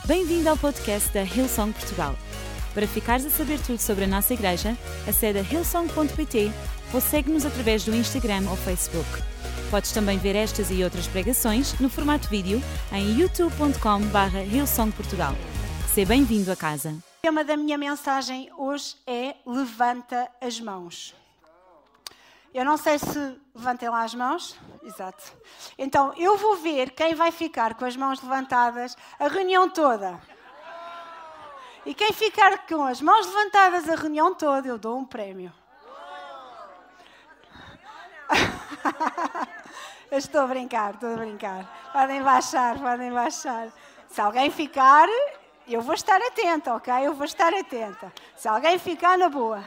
Bem-vindo ao podcast da Hillsong Portugal. Para ficares a saber tudo sobre a nossa igreja, acede a hillsong.pt ou segue-nos através do Instagram ou Facebook. Podes também ver estas e outras pregações no formato vídeo em youtube.com/hillsongportugal. Seja bem-vindo a casa. O tema da minha mensagem hoje é Levanta as mãos. Eu não sei se levantem lá as mãos. Exato. Então, eu vou ver quem vai ficar com as mãos levantadas a reunião toda. E quem ficar com as mãos levantadas a reunião toda, eu dou um prémio. Eu estou a brincar. Podem baixar. Se alguém ficar, eu vou estar atenta, ok? Eu vou estar atenta. Se alguém ficar, na boa.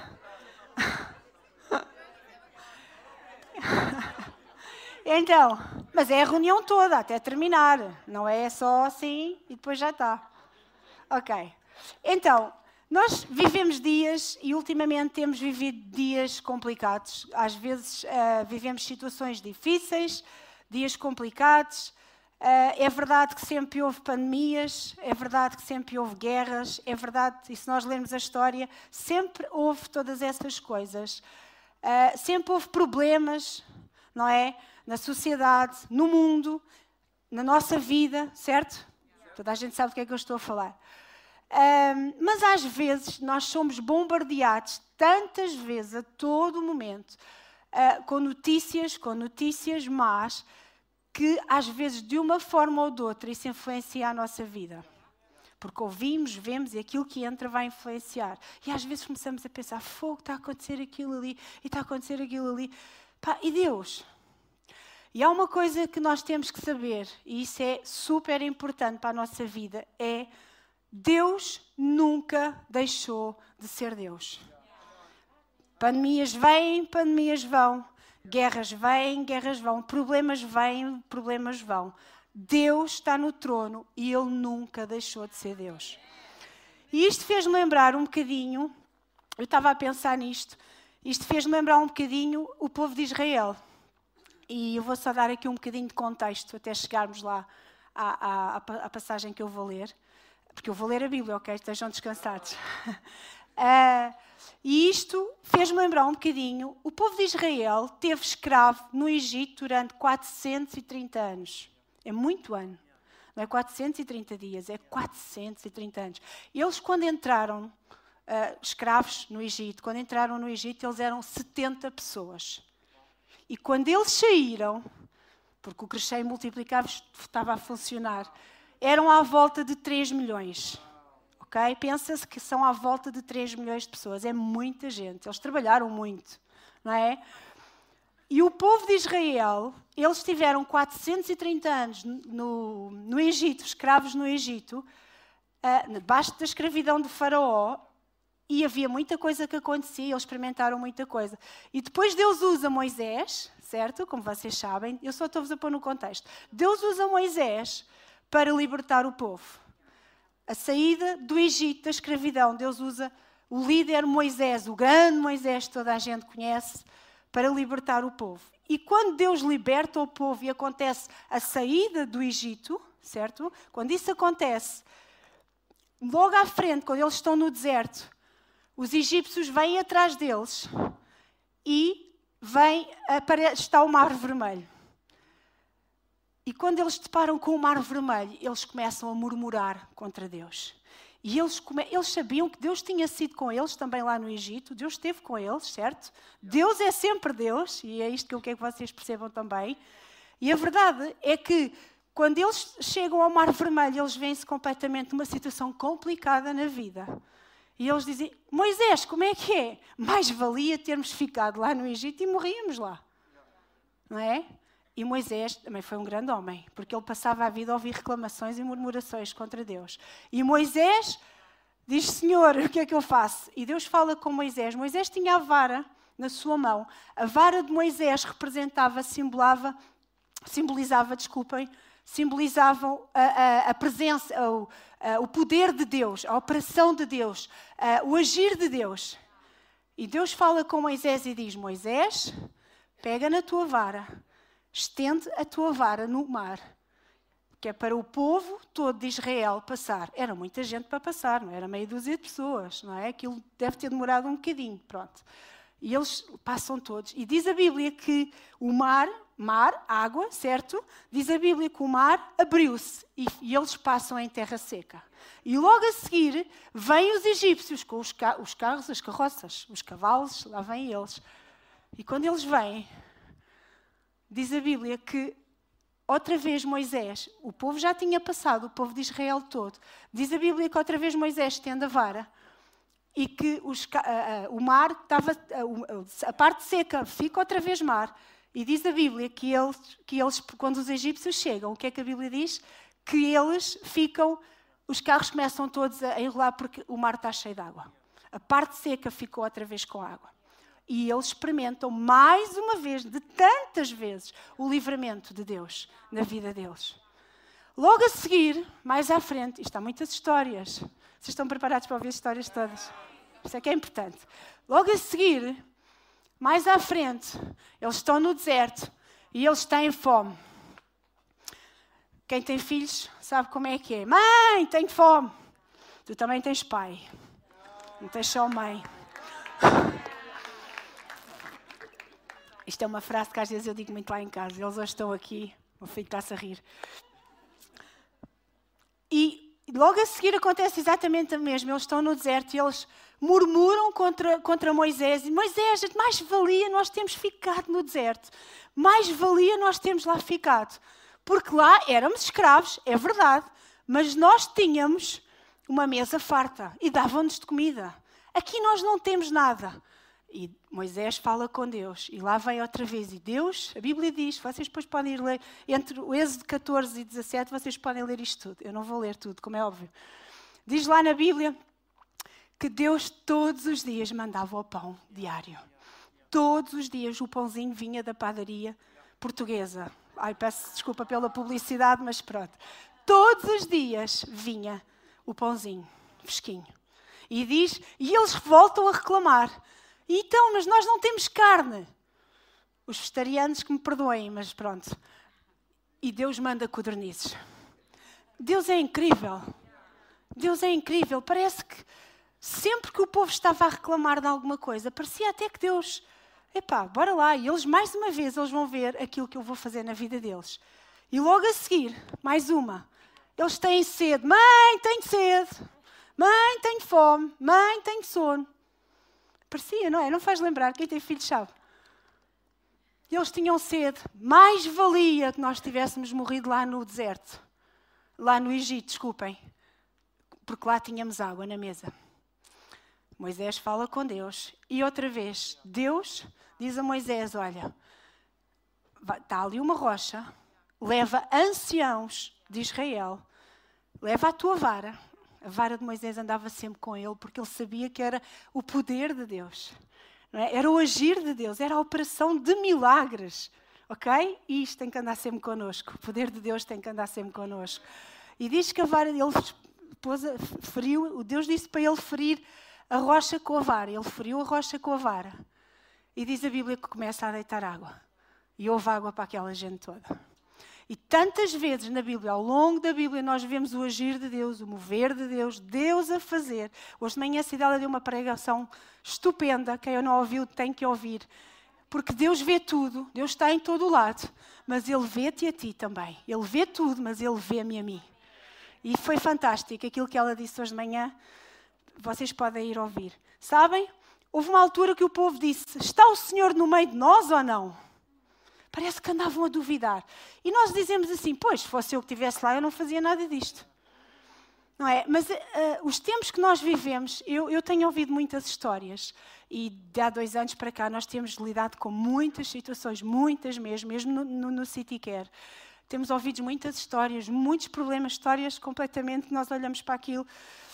Então, mas é a reunião toda, até terminar. Não é só assim e depois já está. Ok. Então, nós vivemos dias e ultimamente temos vivido dias complicados. Às vezes vivemos situações difíceis, dias complicados. É verdade que sempre houve pandemias, é verdade que sempre houve guerras, é verdade, e se nós lermos a história, sempre houve todas essas coisas. Sempre houve problemas, não é? Na sociedade, no mundo, na nossa vida, certo? Toda a gente sabe do que é que eu estou a falar. Mas às vezes nós somos bombardeados tantas vezes, a todo momento, com notícias más, que às vezes de uma forma ou de outra isso influencia a nossa vida. Porque ouvimos, vemos e aquilo que entra vai influenciar. E às vezes começamos a pensar, fogo, está a acontecer aquilo ali e está a acontecer aquilo ali. Pá, e Deus? E há uma coisa que nós temos que saber, e isso é super importante para a nossa vida, é Deus nunca deixou de ser Deus. Pandemias vêm, pandemias vão. Guerras vêm, guerras vão. Problemas vêm, problemas vão. Deus está no trono e Ele nunca deixou de ser Deus. E isto fez-me lembrar um bocadinho, eu estava a pensar nisto, isto fez-me lembrar um bocadinho o povo de Israel. E eu vou só dar aqui um bocadinho de contexto até chegarmos lá à passagem que eu vou ler. Porque eu vou ler a Bíblia, ok? Estejam descansados. E isto fez-me lembrar um bocadinho. O povo de Israel teve escravo no Egito durante 430 anos. É muito ano. Não é 430 dias, é 430 anos. Eles, quando entraram escravos no Egito, eles eram 70 pessoas. E quando eles saíram, porque o crescer e multiplicar estava a funcionar, eram à volta de 3 milhões. Ok? Pensa-se que são à volta de 3 milhões de pessoas. É muita gente. Eles trabalharam muito. Não é? E o povo de Israel, eles tiveram 430 anos no Egito, escravos no Egito, debaixo da escravidão de Faraó, e havia muita coisa que acontecia, eles experimentaram muita coisa. E depois Deus usa Moisés, certo? Como vocês sabem, eu só estou-vos a pôr no contexto. Deus usa Moisés para libertar o povo. A saída do Egito, da escravidão, Deus usa o líder Moisés, o grande Moisés que toda a gente conhece, para libertar o povo. E quando Deus liberta o povo e acontece a saída do Egito, certo? Quando isso acontece, logo à frente, quando eles estão no deserto, os egípcios vêm atrás deles e está o Mar Vermelho. E quando eles se deparam com o Mar Vermelho, eles começam a murmurar contra Deus. E eles sabiam que Deus tinha sido com eles também lá no Egito. Deus esteve com eles, certo? Deus é sempre Deus, e é isto que eu quero que vocês percebam também. E a verdade é que quando eles chegam ao Mar Vermelho, eles veem-se completamente numa situação complicada na vida. E eles dizem, Moisés, como é que é? Mais valia termos ficado lá no Egito e morríamos lá. Não é? E Moisés também foi um grande homem, porque ele passava a vida a ouvir reclamações e murmurações contra Deus. E Moisés diz, Senhor, o que é que eu faço? E Deus fala com Moisés. Moisés tinha a vara na sua mão. A vara de Moisés simbolizavam a presença, o poder de Deus, a operação de Deus, o agir de Deus. E Deus fala com Moisés e diz, Moisés, pega na tua vara, estende a tua vara no mar, que é para o povo todo de Israel passar. Era muita gente para passar, não era meia dúzia de pessoas, não é? Aquilo deve ter demorado um bocadinho, pronto. E eles passam todos. E diz a Bíblia que o mar, água, certo? Diz a Bíblia que o mar abriu-se e eles passam em terra seca. E logo a seguir, vêm os egípcios com os carros, as carroças, os cavalos, lá vêm eles. E quando eles vêm, diz a Bíblia que outra vez Moisés, o povo já tinha passado, o povo de Israel todo. Diz a Bíblia que outra vez Moisés estende a vara e que o mar estava, a parte seca fica outra vez mar. E diz a Bíblia que eles, quando os egípcios chegam, o que é que a Bíblia diz? Que eles ficam, os carros começam todos a enrolar porque o mar está cheio de água. A parte seca ficou outra vez com água. E eles experimentam mais uma vez, de tantas vezes, o livramento de Deus na vida deles. Logo a seguir, mais à frente, isto há muitas histórias. Vocês estão preparados para ouvir as histórias todas? Isso é que é importante. Logo a seguir, mais à frente, eles estão no deserto e eles têm fome. Quem tem filhos sabe como é que é. Mãe, tenho fome. Tu também tens pai. Não tens só mãe. Isto é uma frase que às vezes eu digo muito lá em casa. Eles hoje estão aqui, o filho está-se a rir. E logo a seguir acontece exatamente o mesmo. Eles estão no deserto e eles murmuram contra Moisés. E Moisés, mais valia nós termos ficado no deserto. Mais valia nós termos lá ficado. Porque lá éramos escravos, é verdade. Mas nós tínhamos uma mesa farta e davam-nos de comida. Aqui nós não temos nada. E Moisés fala com Deus. E lá vem outra vez. E Deus, a Bíblia diz, vocês depois podem ir ler, entre o Êxodo 14 e 17, vocês podem ler isto tudo. Eu não vou ler tudo, como é óbvio. Diz lá na Bíblia que Deus todos os dias mandava o pão diário. Todos os dias o pãozinho vinha da padaria portuguesa. Ai, peço desculpa pela publicidade, mas pronto. Todos os dias vinha o pãozinho fresquinho. E diz, e eles voltam a reclamar. Então, mas nós não temos carne. Os vegetarianos que me perdoem, mas pronto. E Deus manda codornizes. Deus é incrível. Deus é incrível. Parece que sempre que o povo estava a reclamar de alguma coisa, parecia até que Deus... Epá, bora lá. E eles, mais uma vez, eles vão ver aquilo que eu vou fazer na vida deles. E logo a seguir, mais uma. Eles têm sede. Mãe, tenho sede. Mãe, tenho fome. Mãe, tenho sono. Parecia, não é? Não faz lembrar, quem tem filhos sabe. Eles tinham sede. Mais valia que nós tivéssemos morrido lá no deserto. Lá no Egito, desculpem. Porque lá tínhamos água na mesa. Moisés fala com Deus. E outra vez, Deus diz a Moisés, olha, está ali uma rocha, leva anciãos de Israel, leva a tua vara. A vara de Moisés andava sempre com ele, porque ele sabia que era o poder de Deus. Não é? Era o agir de Deus, era a operação de milagres. Ok? E isto tem que andar sempre connosco. O poder de Deus tem que andar sempre connosco. E diz que a vara, o Deus disse para ele ferir a rocha com a vara. Ele feriu a rocha com a vara. E diz a Bíblia que começa a deitar água. E houve água para aquela gente toda. E tantas vezes na Bíblia, ao longo da Bíblia, nós vemos o agir de Deus, o mover de Deus, Deus a fazer. Hoje de manhã a Cidela deu uma pregação estupenda, quem eu não ouviu tem que ouvir. Porque Deus vê tudo, Deus está em todo o lado, mas Ele vê-te a ti também. Ele vê tudo, mas Ele vê-me a mim. E foi fantástico aquilo que ela disse hoje de manhã, vocês podem ir ouvir. Sabem? Houve uma altura que o povo disse, está o Senhor no meio de nós ou não? Parece que andavam a duvidar. E nós dizemos assim, pois, se fosse eu que estivesse lá, eu não fazia nada disto. Não é? Mas os tempos que nós vivemos, eu tenho ouvido muitas histórias. E de há 2 anos para cá, nós temos lidado com muitas situações, muitas mesmo no City Care. Temos ouvido muitas histórias, muitos problemas, histórias completamente, nós olhamos para aquilo...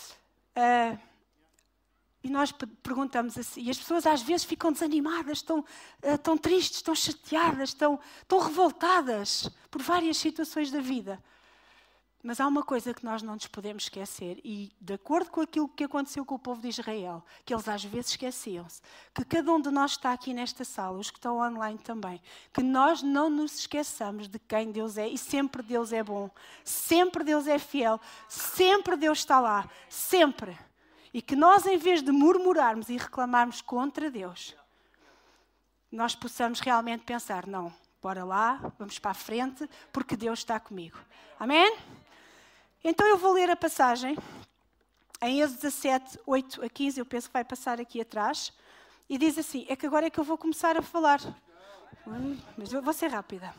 E nós perguntamos assim, e as pessoas às vezes ficam desanimadas, estão tristes, estão chateadas, estão revoltadas por várias situações da vida. Mas há uma coisa que nós não nos podemos esquecer, e de acordo com aquilo que aconteceu com o povo de Israel, que eles às vezes esqueciam-se, que cada um de nós está aqui nesta sala, os que estão online também, que nós não nos esqueçamos de quem Deus é, e sempre Deus é bom, sempre Deus é fiel, sempre Deus está lá, sempre. E que nós, em vez de murmurarmos e reclamarmos contra Deus, nós possamos realmente pensar, não, bora lá, vamos para a frente, porque Deus está comigo. Amém? Então eu vou ler a passagem, em Êxodo 17, 8 a 15, eu penso que vai passar aqui atrás, e diz assim, é que agora é que eu vou começar a falar, mas eu vou ser rápida.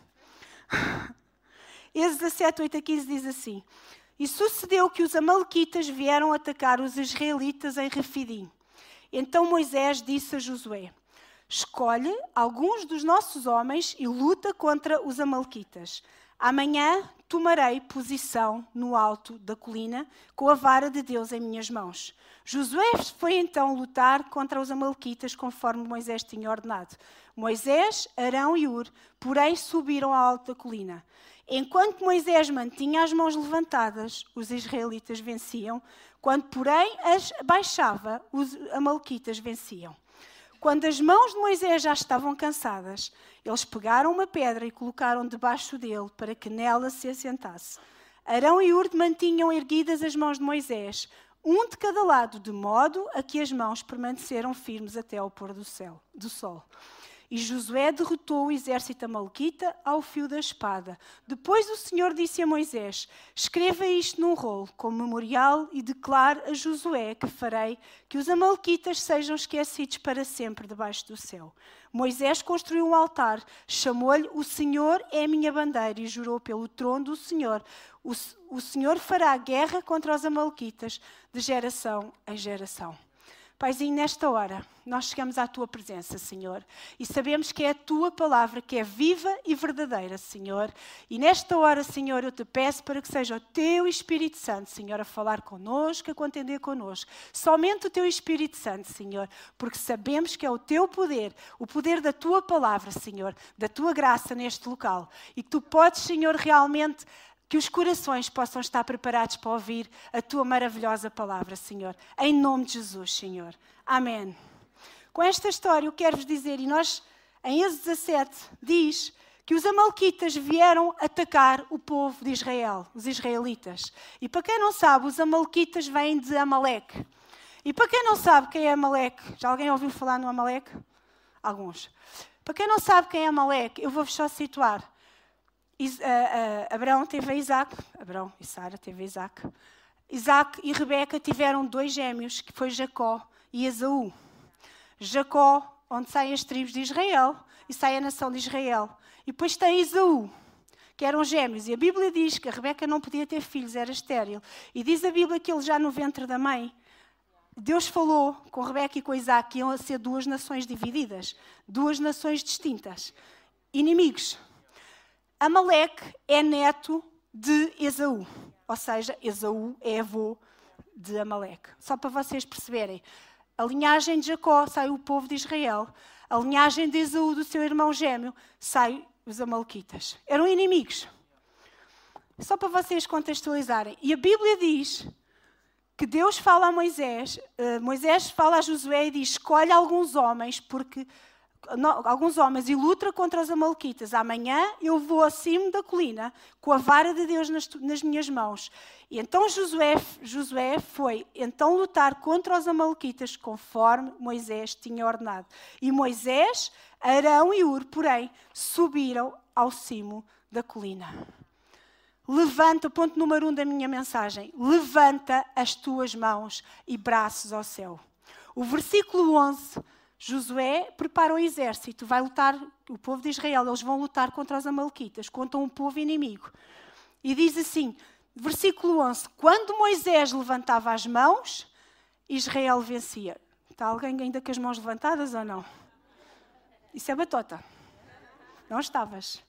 Êxodo 17, 8 a 15 diz assim, e sucedeu que os amalequitas vieram atacar os israelitas em Refidim. Então Moisés disse a Josué, escolhe alguns dos nossos homens e luta contra os amalequitas. Amanhã tomarei posição no alto da colina com a vara de Deus em minhas mãos. Josué foi então lutar contra os amalequitas conforme Moisés tinha ordenado. Moisés, Arão e Hur, porém, subiram ao alto da colina. Enquanto Moisés mantinha as mãos levantadas, os israelitas venciam. Quando, porém, as baixava, os amalequitas venciam. Quando as mãos de Moisés já estavam cansadas, eles pegaram uma pedra e colocaram debaixo dele para que nela se assentasse. Arão e Hur mantinham erguidas as mãos de Moisés, um de cada lado, de modo a que as mãos permaneceram firmes até ao pôr do sol. E Josué derrotou o exército amalequita ao fio da espada. Depois o Senhor disse a Moisés, escreva isto num rolo como memorial e declare a Josué que farei que os amalequitas sejam esquecidos para sempre debaixo do céu. Moisés construiu um altar, chamou-lhe o Senhor é a minha bandeira e jurou pelo trono do Senhor. O Senhor fará guerra contra os amalequitas de geração em geração. Paizinho, nesta hora, nós chegamos à Tua presença, Senhor, e sabemos que é a Tua palavra que é viva e verdadeira, Senhor. E nesta hora, Senhor, eu te peço para que seja o Teu Espírito Santo, Senhor, a falar connosco, a contender connosco. Somente o Teu Espírito Santo, Senhor, porque sabemos que é o Teu poder, o poder da Tua palavra, Senhor, da Tua graça neste local. E que Tu podes, Senhor, realmente que os corações possam estar preparados para ouvir a Tua maravilhosa palavra, Senhor. Em nome de Jesus, Senhor. Amém. Com esta história eu quero-vos dizer, e nós, em Êxodo 17, diz que os amalequitas vieram atacar o povo de Israel, os israelitas. E para quem não sabe, os amalequitas vêm de Amaleque. E para quem não sabe quem é Amaleque, já alguém ouviu falar no Amaleque? Alguns. Para quem não sabe quem é Amaleque, eu vou-vos só situar. Abraão teve a Isaac, Abraão e Sara teve a Isaac. Isaac e Rebeca tiveram 2 gêmeos, que foi Jacó e Esaú. Jacó, onde saem as tribos de Israel, e sai a nação de Israel. E depois tem Esaú, que eram gêmeos. E a Bíblia diz que a Rebeca não podia ter filhos, era estéril. E diz a Bíblia que ele já no ventre da mãe, Deus falou com Rebeca e com Isaac que iam a ser 2 nações divididas, 2 nações distintas, inimigos. Amaleque é neto de Esaú, ou seja, Esaú é avô de Amaleque. Só para vocês perceberem, a linhagem de Jacó sai o povo de Israel, a linhagem de Esaú, do seu irmão gêmeo, sai os amalequitas. Eram inimigos. Só para vocês contextualizarem. E a Bíblia diz que Deus fala a Moisés, Moisés fala a Josué e diz, escolhe alguns homens e luta contra os amalequitas. Amanhã eu vou acima da colina com a vara de Deus nas minhas mãos. E então Josué foi então lutar contra os amalequitas conforme Moisés tinha ordenado. E Moisés, Arão e Hur, porém, subiram ao cimo da colina. Levanta, ponto número 1 da minha mensagem, levanta as tuas mãos e braços ao céu. O versículo 11, Josué prepara o exército, vai lutar, o povo de Israel, eles vão lutar contra os amalequitas, contra um povo inimigo. E diz assim, versículo 11, quando Moisés levantava as mãos, Israel vencia. Está alguém ainda com as mãos levantadas ou não? Isso é batota. Não estavas.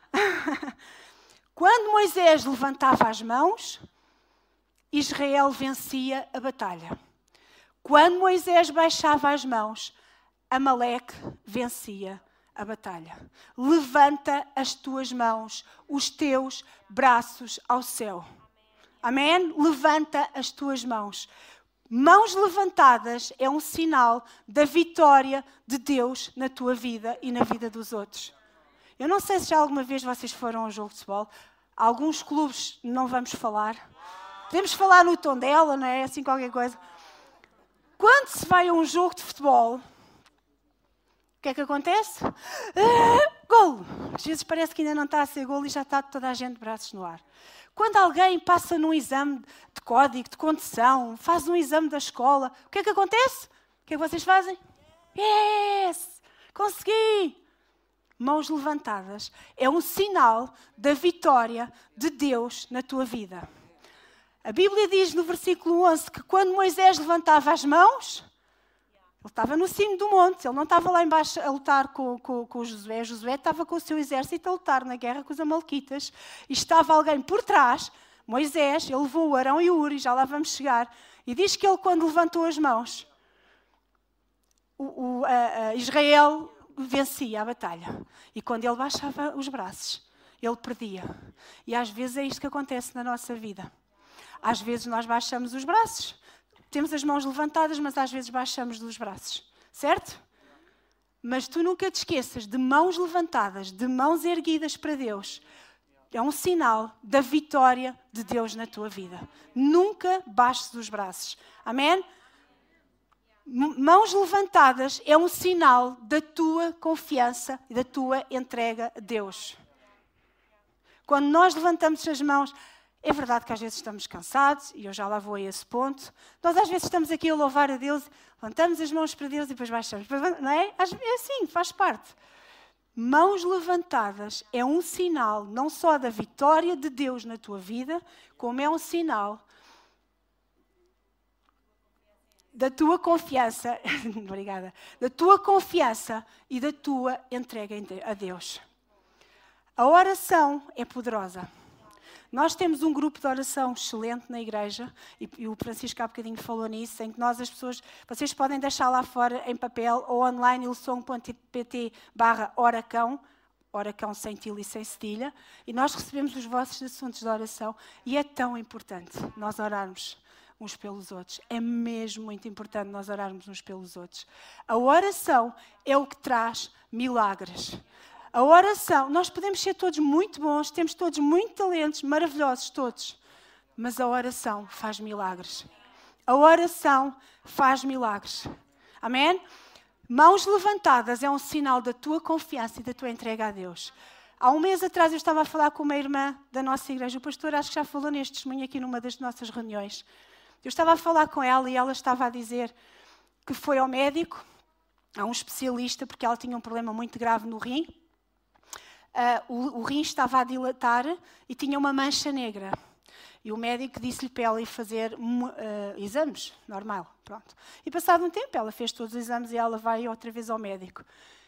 Quando Moisés levantava as mãos, Israel vencia a batalha. Quando Moisés baixava as mãos, Amaleque vencia a batalha. Levanta as tuas mãos, os teus braços ao céu. Amém? Levanta as tuas mãos. Mãos levantadas é um sinal da vitória de Deus na tua vida e na vida dos outros. Eu não sei se já alguma vez vocês foram a um jogo de futebol. Alguns clubes não vamos falar. Podemos falar no Tondela, não é? Assim qualquer coisa. Quando se vai a um jogo de futebol, o que é que acontece? Golo! Às vezes parece que ainda não está a ser golo e já está toda a gente de braços no ar. Quando alguém passa num exame de código, de condução, faz um exame da escola, o que é que acontece? O que é que vocês fazem? Yes! Consegui! Mãos levantadas é um sinal da vitória de Deus na tua vida. A Bíblia diz no versículo 11 que quando Moisés levantava as mãos, ele estava no cimo do monte, ele não estava lá embaixo a lutar com Josué. Josué estava com o seu exército a lutar na guerra com os amalequitas. E estava alguém por trás, Moisés, ele levou o Arão e o Uri, já lá vamos chegar. E diz que ele, quando levantou as mãos, Israel vencia a batalha. E quando ele baixava os braços, ele perdia. E às vezes é isto que acontece na nossa vida. Às vezes nós baixamos os braços, temos as mãos levantadas, mas às vezes baixamos os braços, certo? Mas tu nunca te esqueças de mãos levantadas, de mãos erguidas para Deus. É um sinal da vitória de Deus na tua vida. Nunca baixes os braços. Amém? Mãos levantadas é um sinal da tua confiança e da tua entrega a Deus. Quando nós levantamos as mãos... É verdade que às vezes estamos cansados, e eu já lá vou a esse ponto. Nós às vezes estamos aqui a louvar a Deus, levantamos as mãos para Deus e depois baixamos. Não é? É assim, faz parte. Mãos levantadas é um sinal não só da vitória de Deus na tua vida, como é um sinal da tua confiança, obrigada, da tua confiança e da tua entrega a Deus. A oração é poderosa. Nós temos um grupo de oração excelente na igreja, e o Francisco há bocadinho falou nisso, em que nós, as pessoas, vocês podem deixar lá fora em papel ou online, ilsong.pt/oracão, oracão sem tilde e sem cedilha, e nós recebemos os vossos assuntos de oração, e é tão importante nós orarmos uns pelos outros. É mesmo muito importante nós orarmos uns pelos outros. A oração é o que traz milagres. A oração, nós podemos ser todos muito bons, temos todos muito talentos, maravilhosos todos, mas a oração faz milagres. A oração faz milagres. Amém? Mãos levantadas é um sinal da tua confiança e da tua entrega a Deus. Há um mês atrás eu estava a falar com uma irmã da nossa igreja, o pastor acho que já falou neste testemunho aqui numa das nossas reuniões. Eu estava a falar com ela e ela estava a dizer que foi ao médico, a um especialista, porque ela tinha um problema muito grave no rim. O rim estava a dilatar e tinha uma mancha negra. E o médico disse-lhe para ela ir fazer exames, normal, pronto. E passado um tempo ela fez todos os exames e ela vai outra vez ao médico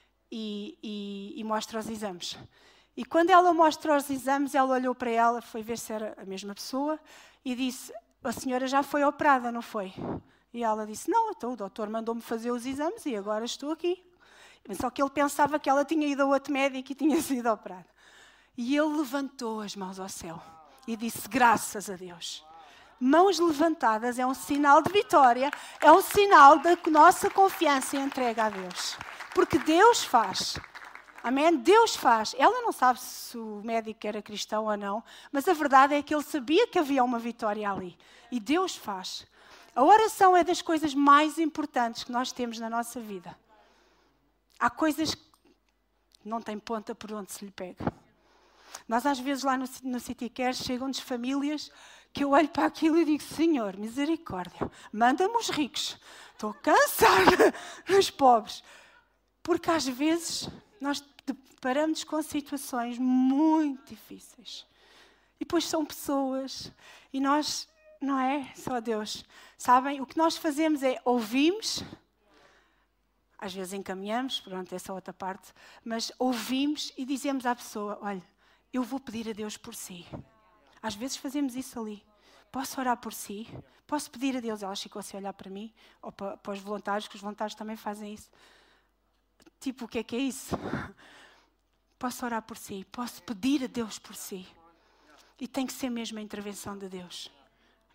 e mostra os exames. E quando ela mostra os exames, ela olhou para ela, foi ver se era a mesma pessoa e disse, a senhora já foi operada, não foi? E ela disse, não, então o doutor mandou-me fazer os exames e agora estou aqui. Só que ele pensava que ela tinha ido a outro médico e tinha sido operada. E ele levantou as mãos ao céu e disse, graças a Deus. Mãos levantadas é um sinal de vitória, é um sinal da nossa confiança e entrega a Deus. Porque Deus faz. Amém? Deus faz. Ela não sabe se o médico era cristão ou não, mas a verdade é que ele sabia que havia uma vitória ali. E Deus faz. A oração é das coisas mais importantes que nós temos na nossa vida. Há coisas que não têm ponta por onde se lhe pega. Nós às vezes lá no City Care chegam-nos famílias que eu olho para aquilo e digo, Senhor, misericórdia, manda-me os ricos. Estou cansada dos pobres. Porque às vezes nós deparamos com situações muito difíceis. E depois são pessoas e nós, não é? Só Deus. Sabem, o que nós fazemos é ouvimos. Às vezes encaminhamos, pronto, essa outra parte, mas ouvimos e dizemos à pessoa, olha, eu vou pedir a Deus por si. Às vezes fazemos isso ali. Posso orar por si? Posso pedir a Deus? Ela ficou-se a olhar para mim, ou para os voluntários, que os voluntários também fazem isso. Tipo, o que é isso? Posso orar por si? Posso pedir a Deus por si? E tem que ser mesmo a intervenção de Deus.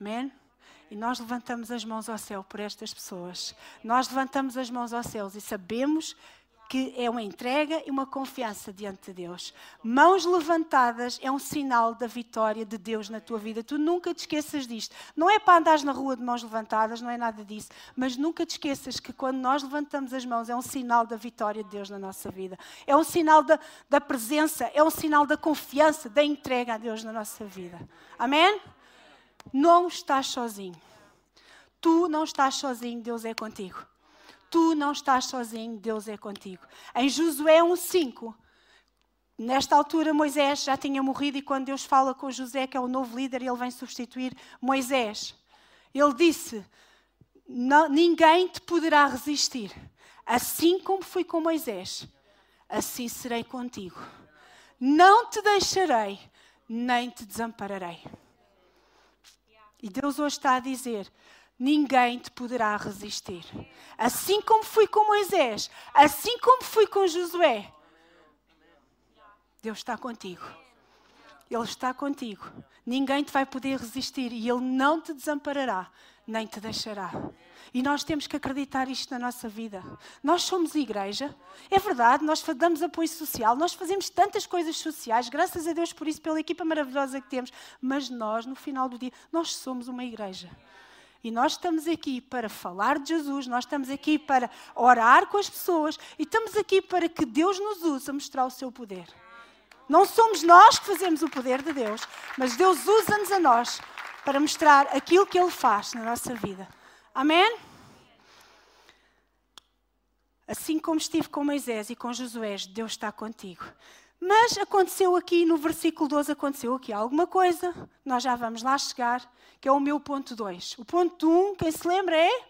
Amém? E nós levantamos as mãos ao céu por estas pessoas. Nós levantamos as mãos ao céu e sabemos que é uma entrega e uma confiança diante de Deus. Mãos levantadas é um sinal da vitória de Deus na tua vida. Tu nunca te esqueças disto. Não é para andares na rua de mãos levantadas, não é nada disso. Mas nunca te esqueças que quando nós levantamos as mãos é um sinal da vitória de Deus na nossa vida. É um sinal da presença, é um sinal da confiança, da entrega a Deus na nossa vida. Amém? Não estás sozinho. Tu não estás sozinho, Deus é contigo. Tu não estás sozinho, Deus é contigo. Em Josué 1:5, nesta altura Moisés já tinha morrido e quando Deus fala com José, que é o novo líder, ele vem substituir Moisés. Ele disse, ninguém te poderá resistir. Assim como fui com Moisés, assim serei contigo. Não te deixarei, nem te desampararei. E Deus hoje está a dizer, ninguém te poderá resistir. Assim como fui com Moisés, assim como fui com Josué, Deus está contigo. Ele está contigo. Ninguém te vai poder resistir e Ele não te desamparará, nem te deixará. E nós temos que acreditar isto na nossa vida. Nós somos igreja. É verdade, nós damos apoio social, nós fazemos tantas coisas sociais, graças a Deus por isso, pela equipa maravilhosa que temos. Mas nós, no final do dia, nós somos uma igreja. E nós estamos aqui para falar de Jesus, nós estamos aqui para orar com as pessoas e estamos aqui para que Deus nos use a mostrar o seu poder. Não somos nós que fazemos o poder de Deus, mas Deus usa-nos a nós para mostrar aquilo que Ele faz na nossa vida. Amém? Assim como estive com Moisés e com Josué, Deus está contigo. Mas aconteceu aqui, no versículo 12, aconteceu aqui alguma coisa, nós já vamos lá chegar, que é o meu ponto 2. O ponto 1, quem se lembra é?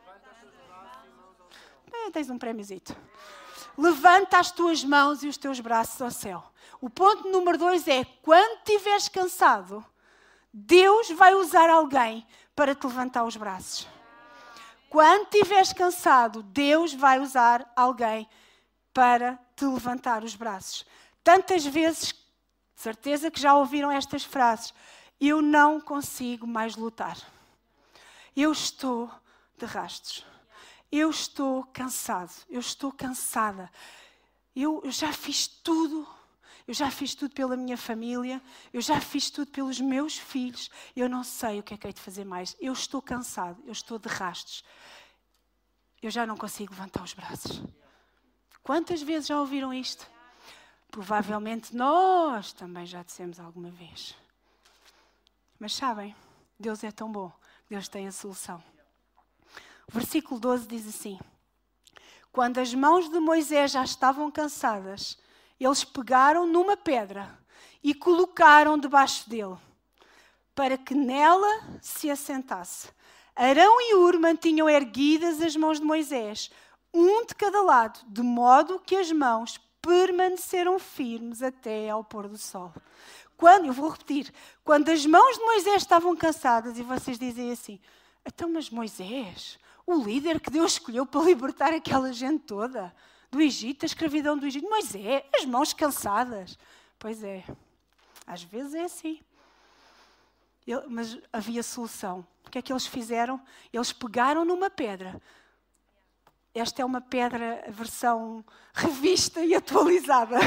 Tens um prémiozito. Levanta as tuas mãos e os teus braços ao céu. O ponto número 2 é, quando estiveres cansado, Deus vai usar alguém para te levantar os braços. Quando estiveres cansado, Deus vai usar alguém para te levantar os braços. Tantas vezes, certeza que já ouviram estas frases. Eu não consigo mais lutar. Eu estou de rastos. Eu estou cansado. Eu estou cansada. Eu já fiz tudo. Eu já fiz tudo pela minha família. Eu já fiz tudo pelos meus filhos. Eu não sei o que é que hei de fazer mais. Eu estou cansado. Eu estou de rastos. Eu já não consigo levantar os braços. Quantas vezes já ouviram isto? Provavelmente nós também já dissemos alguma vez. Mas sabem, Deus é tão bom. Deus tem a solução. O versículo 12 diz assim. Quando as mãos de Moisés já estavam cansadas, eles pegaram numa pedra e colocaram debaixo dele, para que nela se assentasse. Arão e Hur mantinham erguidas as mãos de Moisés, um de cada lado, de modo que as mãos permaneceram firmes até ao pôr do sol. Eu vou repetir, quando as mãos de Moisés estavam cansadas, e vocês dizem assim, então, mas Moisés, o líder que Deus escolheu para libertar aquela gente toda, do Egito, a escravidão do Egito, Moisés, as mãos cansadas. Pois é, às vezes é assim. Mas havia solução. O que é que eles fizeram? Eles pegaram numa pedra. Esta é uma pedra, versão revista e atualizada.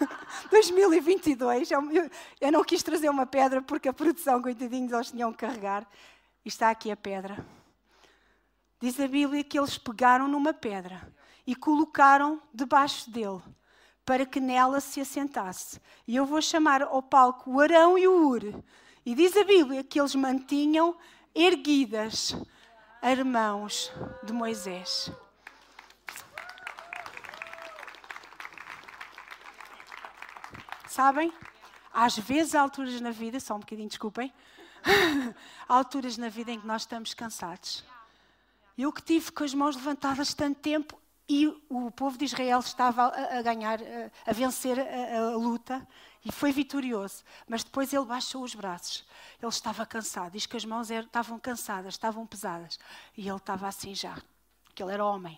2022. Eu não quis trazer uma pedra porque a produção, coitadinhos, eles tinham que carregar. E está aqui a pedra. Diz a Bíblia que eles pegaram numa pedra e colocaram debaixo dele, para que nela se assentasse. E eu vou chamar ao palco o Arão e o Hur. E diz a Bíblia que eles mantinham erguidas as mãos de Moisés. Sabem? Às vezes há alturas na vida, só um bocadinho, desculpem, há alturas na vida em que nós estamos cansados. Eu que tive com as mãos levantadas tanto tempo e o povo de Israel estava a ganhar, a vencer a luta e foi vitorioso. Mas depois ele baixou os braços. Ele estava cansado. Diz que as mãos estavam cansadas, estavam pesadas. E ele estava assim já, porque ele era homem.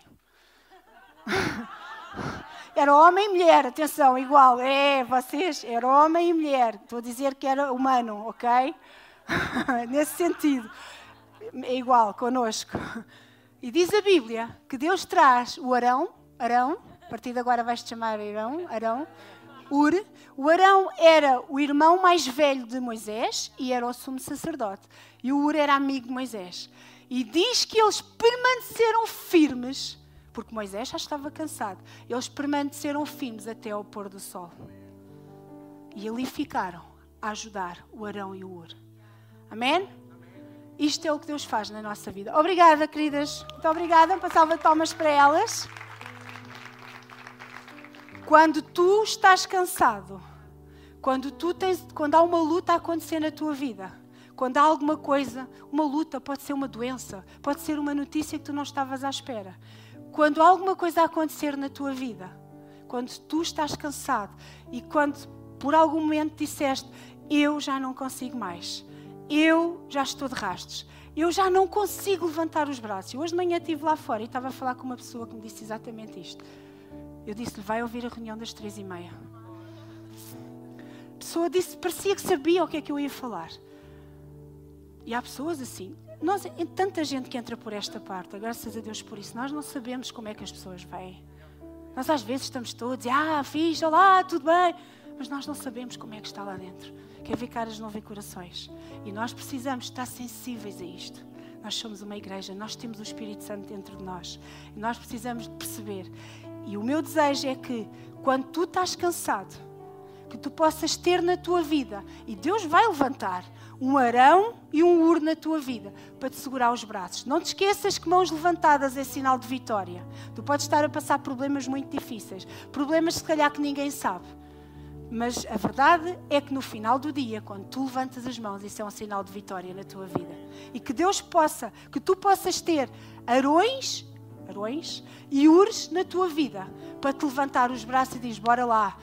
Era homem e mulher, atenção, igual. Vocês, era homem e mulher. Estou a dizer que era humano, ok? Nesse sentido. É igual connosco. E diz a Bíblia que Deus traz o Arão, a partir de agora vais-te chamar Arão, Ur. O Arão era o irmão mais velho de Moisés e era o sumo sacerdote. E o Ur era amigo de Moisés. E diz que eles permaneceram firmes, porque Moisés já estava cansado. Eles permaneceram firmes até ao pôr do sol. E ali ficaram a ajudar o Arão e o Ur. Amém? Isto é o que Deus faz na nossa vida. Obrigada, queridas. Muito obrigada. Uma salva de palmas para elas. Quando tu estás cansado, quando há uma luta a acontecer na tua vida, quando há alguma coisa, uma luta, pode ser uma doença, pode ser uma notícia que tu não estavas à espera. Quando há alguma coisa a acontecer na tua vida, quando tu estás cansado e quando por algum momento disseste, eu já não consigo mais, eu já estou de rastos, eu já não consigo levantar os braços. Hoje de manhã estive lá fora e estava a falar com uma pessoa que me disse exatamente isto. Eu disse-lhe, vai ouvir a reunião das 3h30. A pessoa disse, parecia que sabia o que é que eu ia falar. E há pessoas assim. Tanta gente que entra por esta parte, graças a Deus por isso, nós não sabemos como é que as pessoas vêm. Nós às vezes estamos todos, fixe, olá, tudo bem. Mas nós não sabemos como é que está lá dentro. Quer ver caras, não vê corações. E nós precisamos estar sensíveis a isto. Nós somos uma igreja, nós temos o Espírito Santo dentro de nós. E nós precisamos de perceber. E o meu desejo é que, quando tu estás cansado, que tu possas ter na tua vida, e Deus vai levantar um Arão e um Ur na tua vida, para te segurar os braços. Não te esqueças que mãos levantadas é sinal de vitória. Tu podes estar a passar problemas muito difíceis, problemas se calhar que ninguém sabe. Mas a verdade é que no final do dia, quando tu levantas as mãos, isso é um sinal de vitória na tua vida. E que que tu possas ter Arões e Ures na tua vida, para te levantar os braços e dizer, bora lá.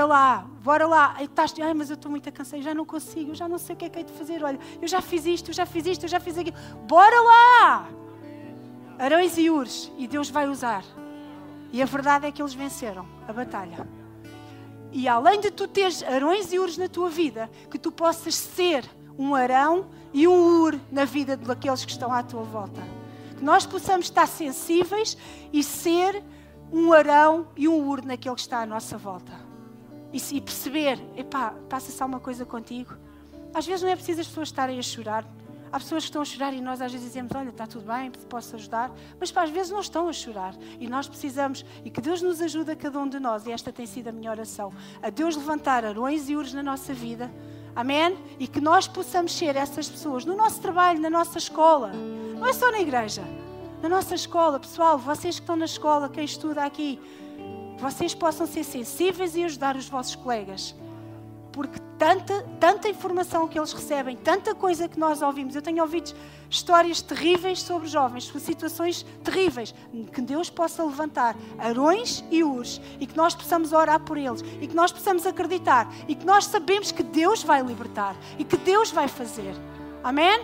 E estás, mas eu estou muito cansada, já não consigo, eu já não sei o que é que hei de fazer, olha, eu já fiz isto, eu já fiz aquilo. Bora lá! Arões e Ures, e Deus vai usar. E a verdade é que eles venceram a batalha. E além de tu teres Arões e Ures na tua vida, que tu possas ser um Arão e um Ur na vida daqueles que estão à tua volta. Que nós possamos estar sensíveis e ser um Arão e um Ur naquele que está à nossa volta. E perceber, passa-se alguma coisa contigo. Às vezes não é preciso as pessoas estarem a chorar. Há pessoas que estão a chorar e nós às vezes dizemos, olha, está tudo bem, posso ajudar. Mas às vezes não estão a chorar. E nós precisamos, e que Deus nos ajude a cada um de nós, e esta tem sido a minha oração, a Deus levantar Arões e Ures na nossa vida. Amém? E que nós possamos ser essas pessoas no nosso trabalho, na nossa escola. Não é só na igreja. Na nossa escola, pessoal, vocês que estão na escola, quem estuda aqui, vocês possam ser sensíveis e ajudar os vossos colegas. Porque tanta informação que eles recebem, tanta coisa que nós ouvimos. Eu tenho ouvido histórias terríveis sobre jovens, sobre situações terríveis. Que Deus possa levantar Arões e Ures e que nós possamos orar por eles e que nós possamos acreditar e que nós sabemos que Deus vai libertar e que Deus vai fazer. Amém?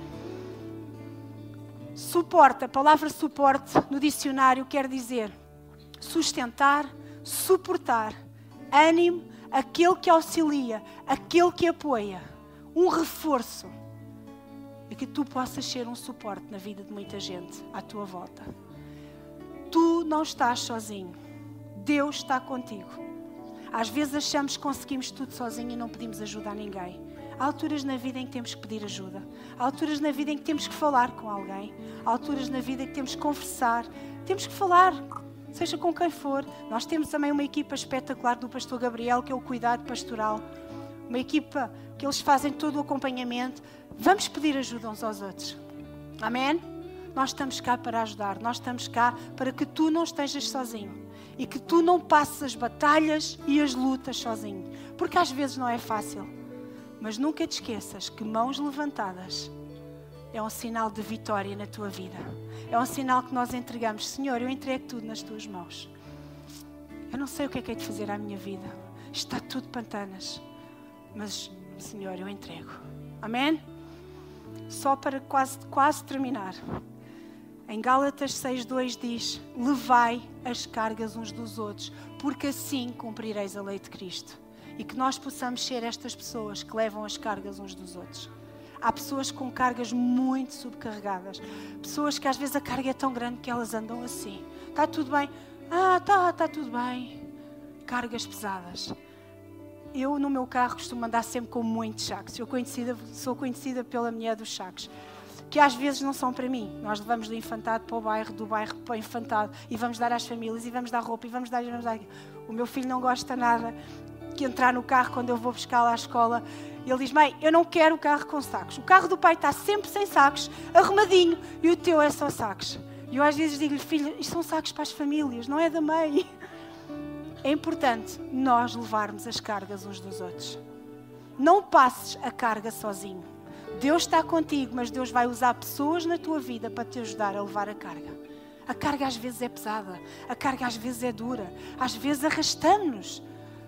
Suporte, a palavra suporte no dicionário quer dizer sustentar, suportar, ânimo, aquele que auxilia, aquele que apoia, um reforço. E que tu possas ser um suporte na vida de muita gente à tua volta. Tu não estás sozinho. Deus está contigo. Às vezes achamos que conseguimos tudo sozinho e não pedimos ajuda a ninguém. Há alturas na vida em que temos que pedir ajuda. Há alturas na vida em que temos que falar com alguém. Há alturas na vida em que temos que conversar. Temos que falar, seja com quem for. Nós temos também uma equipa espetacular do pastor Gabriel, que é o cuidado pastoral. Uma equipa que eles fazem todo o acompanhamento. Vamos pedir ajuda uns aos outros. Amém? Nós estamos cá para ajudar. Nós estamos cá para que tu não estejas sozinho. E que tu não passes as batalhas e as lutas sozinho. Porque às vezes não é fácil. Mas nunca te esqueças que mãos levantadas é um sinal de vitória na tua vida. É um sinal que nós entregamos. Senhor, eu entrego tudo nas tuas mãos. Eu não sei o que é de fazer à minha vida. Está tudo pantanas. Mas, Senhor, eu entrego. Amém? Só para quase terminar. Em Gálatas 6:2 diz, levai as cargas uns dos outros, porque assim cumprireis a lei de Cristo. E que nós possamos ser estas pessoas que levam as cargas uns dos outros. Há pessoas com cargas muito subcarregadas. Pessoas que às vezes a carga é tão grande que elas andam assim. Está tudo bem? Está tudo bem. Cargas pesadas. Eu, no meu carro, costumo andar sempre com muitos sacos. Sou conhecida pela mulher dos sacos, que às vezes não são para mim. Nós levamos do infantado para o bairro, do bairro para o infantado, e vamos dar às famílias, e vamos dar roupa, e vamos dar. O meu filho não gosta nada que entrar no carro quando eu vou buscá-lo à escola. Ele diz: mãe, eu não quero o carro com sacos. O carro do pai está sempre sem sacos, arrumadinho, e o teu é só sacos. E eu às vezes digo-lhe: filho, isto são sacos para as famílias, não é da mãe. É importante nós levarmos as cargas uns dos outros. Não passes a carga sozinho. Deus está contigo, mas Deus vai usar pessoas na tua vida para te ajudar a levar a carga. A carga às vezes é pesada, a carga às vezes é dura, às vezes arrastamos-nos.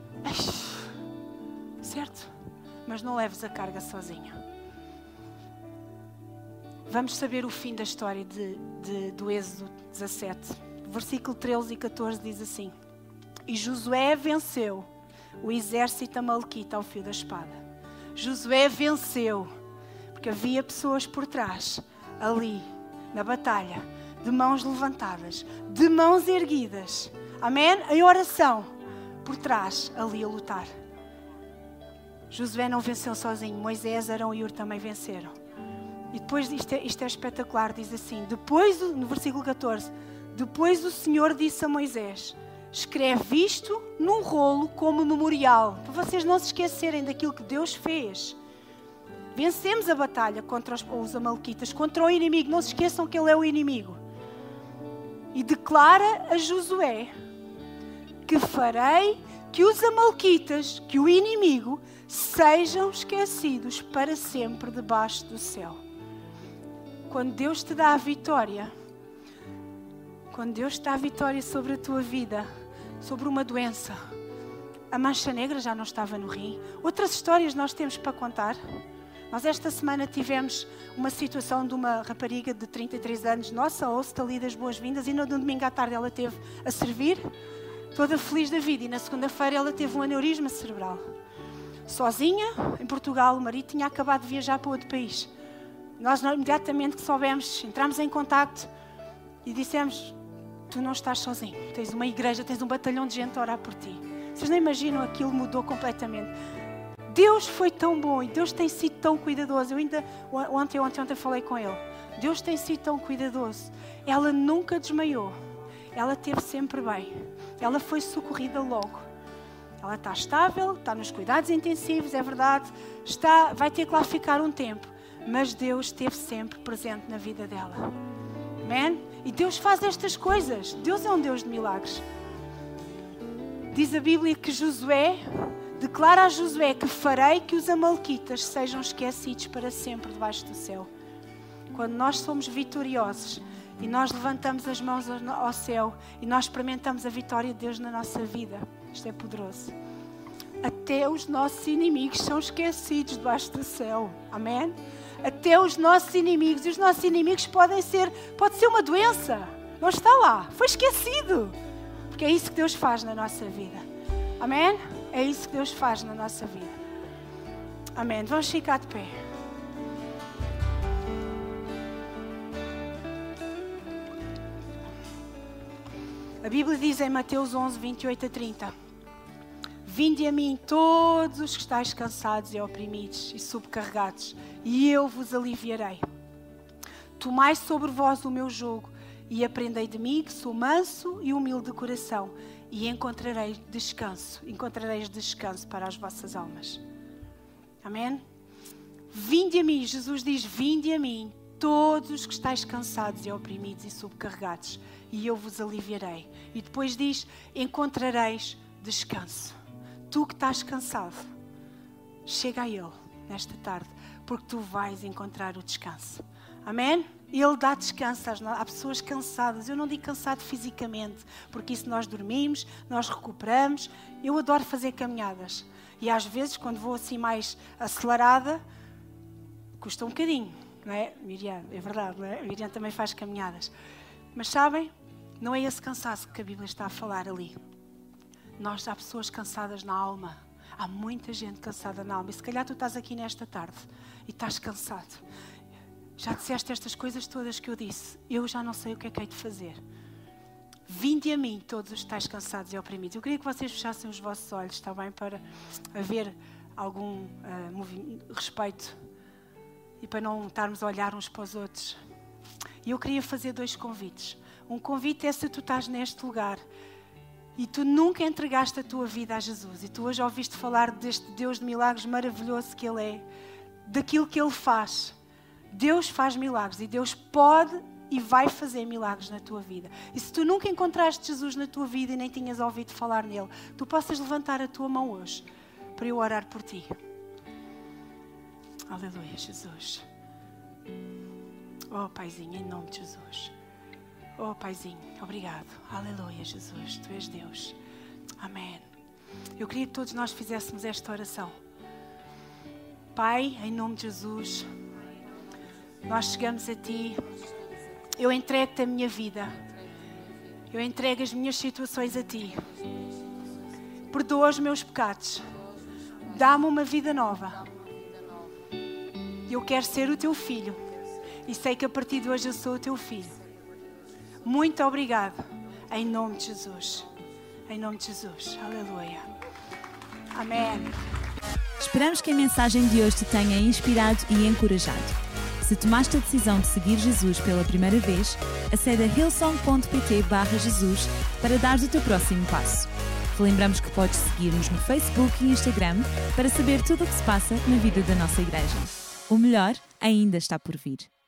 Certo? Mas não leves a carga sozinho. Vamos saber o fim da história do Êxodo 17. Versículo 13 e 14 diz assim: E Josué venceu o exército amalequita ao fio da espada. Josué venceu, porque havia pessoas por trás, ali, na batalha, de mãos levantadas, de mãos erguidas. Amém? Em oração, por trás, ali a lutar. Josué não venceu sozinho. Moisés, Arão e Hur também venceram. E depois, isto é espetacular, diz assim, no versículo 14, depois o Senhor disse a Moisés: escreve isto num rolo como memorial, para vocês não se esquecerem daquilo que Deus fez. Vencemos a batalha contra os amalequitas, contra o inimigo. Não se esqueçam que ele é o inimigo. E declara a Josué que farei que os amalequitas, que o inimigo, sejam esquecidos para sempre debaixo do céu. Quando Deus te dá a vitória, quando Deus te dá a vitória sobre a tua vida, sobre uma doença, a mancha negra já não estava no rim. Outras histórias nós temos para contar. Nós esta semana tivemos uma situação de uma rapariga de 33 anos, nossa, ouço-te ali das boas-vindas, e no domingo à tarde ela esteve a servir, toda feliz da vida, e na segunda-feira ela teve um aneurisma cerebral. Sozinha, em Portugal, o marido tinha acabado de viajar para outro país. Nós imediatamente que soubemos, entramos em contacto e dissemos: tu não estás sozinho, tens uma igreja, tens um batalhão de gente a orar por ti. Vocês não imaginam, aquilo mudou completamente. Deus foi tão bom e Deus tem sido tão cuidadoso. Eu ainda, ontem falei com ele. Deus tem sido tão cuidadoso. Ela nunca desmaiou. Ela esteve sempre bem. Ela foi socorrida logo. Ela está estável, está nos cuidados intensivos, é verdade. Vai ter que lá ficar um tempo. Mas Deus esteve sempre presente na vida dela. Amém? E Deus faz estas coisas. Deus é um Deus de milagres. Diz a Bíblia que Josué... declara a Josué que farei que os amalequitas sejam esquecidos para sempre debaixo do céu. Quando nós somos vitoriosos e nós levantamos as mãos ao céu e nós experimentamos a vitória de Deus na nossa vida, isto é poderoso. Até os nossos inimigos são esquecidos debaixo do céu. Amém? Até os nossos inimigos. E os nossos inimigos pode ser uma doença. Não está lá. Foi esquecido. Porque é isso que Deus faz na nossa vida. Amém? É isso que Deus faz na nossa vida. Amém. Vamos ficar de pé. A Bíblia diz em Mateus 11, 28 a 30: vinde a mim todos os que estáis cansados e oprimidos e subcarregados, e eu vos aliviarei. Tomai sobre vós o meu jugo e aprendei de mim, que sou manso e humilde de coração, e encontrareis descanso para as vossas almas. Amém? Vinde a mim, Jesus diz: vinde a mim, todos os que estáis cansados e oprimidos e subcarregados, e eu vos aliviarei. E depois diz: encontrareis descanso. Tu que estás cansado, chega a Ele nesta tarde, porque tu vais encontrar o descanso. Amém? Ele dá descanso. Há pessoas cansadas. Eu não digo cansado fisicamente, porque isso nós dormimos, nós recuperamos. Eu adoro fazer caminhadas. E às vezes, quando vou assim mais acelerada, custa um bocadinho, não é? Miriam, é verdade, não é? Miriam também faz caminhadas. Mas sabem, não é esse cansaço que a Bíblia está a falar ali. Há pessoas cansadas na alma. Há muita gente cansada na alma. E se calhar tu estás aqui nesta tarde e estás cansado. Já disseste estas coisas todas que eu disse. Eu já não sei o que é que hei de fazer. Vinde a mim, todos os que estáis cansados e oprimidos. Eu queria que vocês fechassem os vossos olhos, está bem? Para haver algum respeito e para não estarmos a olhar uns para os outros. E eu queria fazer 2 convites. Um convite é se tu estás neste lugar e tu nunca entregaste a tua vida a Jesus e tu hoje ouviste falar deste Deus de milagres maravilhoso que Ele é, daquilo que Ele faz. Deus faz milagres e Deus pode e vai fazer milagres na tua vida. E se tu nunca encontraste Jesus na tua vida e nem tinhas ouvido falar nele, tu possas levantar a tua mão hoje para eu orar por ti. Aleluia, Jesus. Oh, Paizinho, em nome de Jesus. Oh, Paizinho, obrigado. Aleluia, Jesus, Tu és Deus. Amém. Eu queria que todos nós fizéssemos esta oração. Pai, em nome de Jesus, nós chegamos a Ti. Eu entrego-Te a minha vida. Eu entrego as minhas situações a Ti. Perdoa os meus pecados. Dá-me uma vida nova. Eu quero ser o Teu filho. E sei que a partir de hoje eu sou o Teu filho. Muito obrigado. Em nome de Jesus. Em nome de Jesus. Aleluia. Amém. Esperamos que a mensagem de hoje te tenha inspirado e encorajado. Se tomaste a decisão de seguir Jesus pela primeira vez, acede a hillsong.pt/Jesus para dares o teu próximo passo. Te lembramos que podes seguir-nos no Facebook e Instagram para saber tudo o que se passa na vida da nossa igreja. O melhor ainda está por vir.